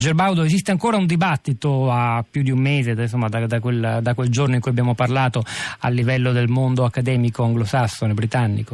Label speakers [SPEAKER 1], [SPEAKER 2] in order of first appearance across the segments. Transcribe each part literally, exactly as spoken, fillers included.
[SPEAKER 1] Gerbaudo, esiste ancora un dibattito a più di un mese, insomma, da, da, quel, da quel giorno in cui abbiamo parlato, a livello del mondo accademico anglosassone, britannico?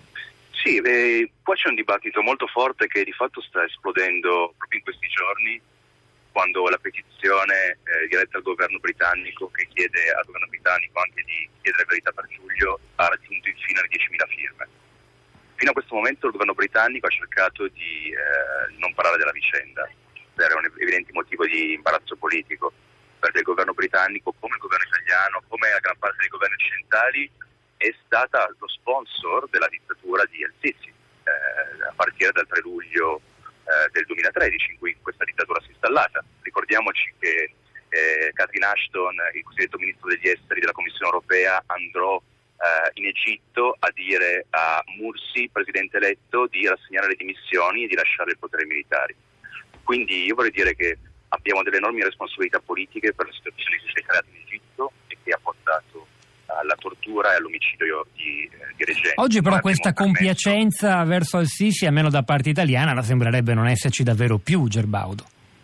[SPEAKER 2] Sì, eh, qua c'è un dibattito molto forte che di fatto sta esplodendo proprio in questi giorni, quando la petizione eh, diretta al governo britannico, che chiede al governo britannico anche di chiedere verità per Giulio, ha raggiunto infine le diecimila firme. Fino a questo momento il governo britannico ha cercato di eh, non parlare della vicenda, per un evidente motivo di imbarazzo politico, perché il governo britannico, come il governo italiano, come la gran parte dei governi occidentali, è stata lo sponsor della dittatura di El-Sisi, eh, a partire dal tre luglio eh, del duemilatredici, in cui questa dittatura si è installata. Ricordiamoci che eh, Catherine Ashton, il cosiddetto ministro degli esteri della Commissione europea, andrò eh, in Egitto a dire a Mursi, presidente eletto, di rassegnare le dimissioni e di lasciare il potere ai militari. Quindi io vorrei dire che abbiamo delle enormi responsabilità politiche per la situazione che si è creata in Egitto e che ha portato alla tortura e all'omicidio di, eh, di reggenti.
[SPEAKER 1] Oggi però questa compiacenza verso el-Sisi, almeno da parte italiana, la sembrerebbe non esserci davvero più, Gerbaudo.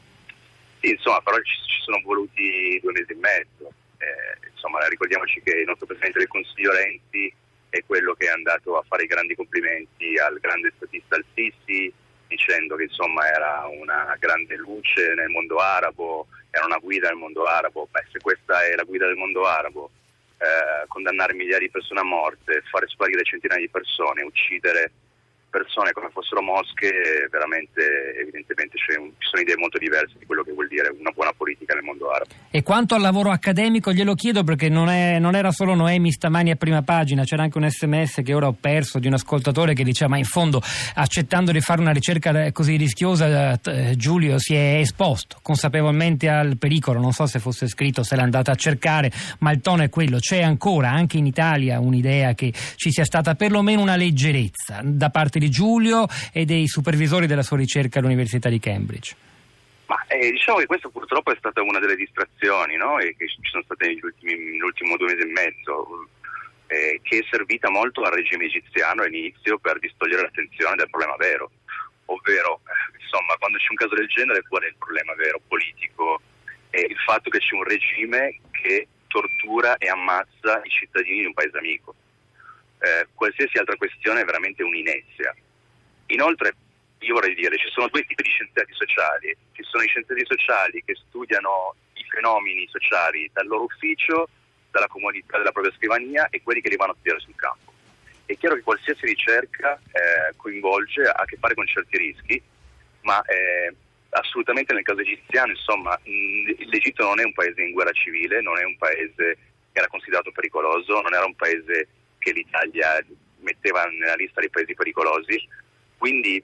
[SPEAKER 2] Sì, insomma, però ci, ci sono voluti due mesi e mezzo. Eh, insomma, ricordiamoci che il nostro Presidente del Consiglio Renzi è quello che è andato a fare i grandi complimenti al grande statista el-Sisi, dicendo che insomma era una grande luce nel mondo arabo, era una guida nel mondo arabo. Beh, se questa è la guida del mondo arabo, eh, condannare migliaia di persone a morte, fare sparire centinaia di persone, uccidere persone come fossero mosche, veramente evidentemente c'è un, ci sono idee molto diverse di quello che vuol dire una buona politica nel mondo arabo.
[SPEAKER 1] E quanto al lavoro accademico, glielo chiedo perché non, è, non era solo Noemi stamani a prima pagina, c'era anche un sms che ora ho perso di un ascoltatore che diceva: ma in fondo, accettando di fare una ricerca così rischiosa, eh, Giulio si è esposto consapevolmente al pericolo. Non so se fosse scritto, se l'è andata a cercare, ma il tono è quello. C'è ancora anche in Italia un'idea che ci sia stata perlomeno una leggerezza da parte di Giulio e dei supervisori della sua ricerca all'Università di Cambridge.
[SPEAKER 2] Ma eh, diciamo che questa purtroppo è stata una delle distrazioni, no? E che ci sono state negli ultimi, nell'ultimo due mesi e mezzo, eh, che è servita molto al regime egiziano all'inizio per distogliere l'attenzione dal problema vero, ovvero eh, insomma, quando c'è un caso del genere, qual è il problema vero politico? È il fatto che c'è un regime che tortura e ammazza i cittadini di un paese amico. Eh, qualsiasi altra questione è veramente un'inezia. Inoltre, io vorrei dire, ci sono due tipi di scienziati sociali. Ci sono i scienziati sociali che studiano i fenomeni sociali dal loro ufficio, dalla comodità della propria scrivania, e quelli che li vanno a studiare sul campo. È chiaro che qualsiasi ricerca eh, coinvolge, ha a che fare con certi rischi, ma eh, assolutamente nel caso egiziano, insomma, mh, l'Egitto non è un paese in guerra civile, non è un paese che era considerato pericoloso, non era un paese che l'Italia metteva nella lista dei paesi pericolosi, quindi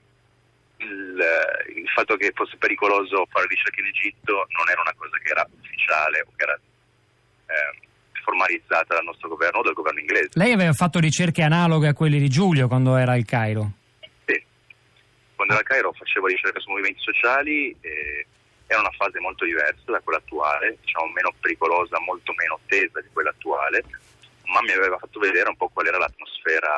[SPEAKER 2] il, il fatto che fosse pericoloso fare ricerche in Egitto non era una cosa che era ufficiale o che era eh, formalizzata dal nostro governo o dal governo inglese.
[SPEAKER 1] Lei aveva fatto ricerche analoghe a quelle di Giulio quando era al Cairo?
[SPEAKER 2] Sì, quando era al Cairo facevo ricerche su movimenti sociali, e era una fase molto diversa da quella attuale, diciamo meno pericolosa, molto meno tesa di quella attuale, ma mi aveva fatto vedere un po' qual era l'atmosfera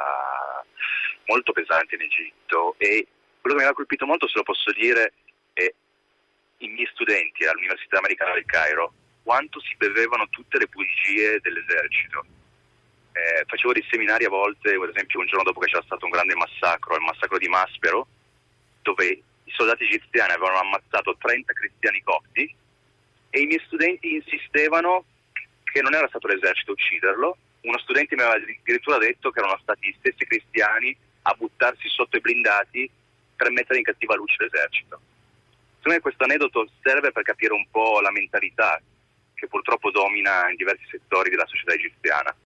[SPEAKER 2] molto pesante in Egitto. E quello che mi aveva colpito molto, se lo posso dire, è i miei studenti all'Università Americana del Cairo, quanto si bevevano tutte le bugie dell'esercito. Eh, facevo dei seminari a volte, ad esempio un giorno dopo che c'era stato un grande massacro, il massacro di Maspero, dove i soldati egiziani avevano ammazzato trenta cristiani copti e i miei studenti insistevano che non era stato l'esercito a ucciderlo. Uno studente mi aveva addirittura detto che erano stati gli stessi cristiani a buttarsi sotto i blindati per mettere in cattiva luce l'esercito. Secondo me questo aneddoto serve per capire un po' la mentalità che purtroppo domina in diversi settori della società egiziana.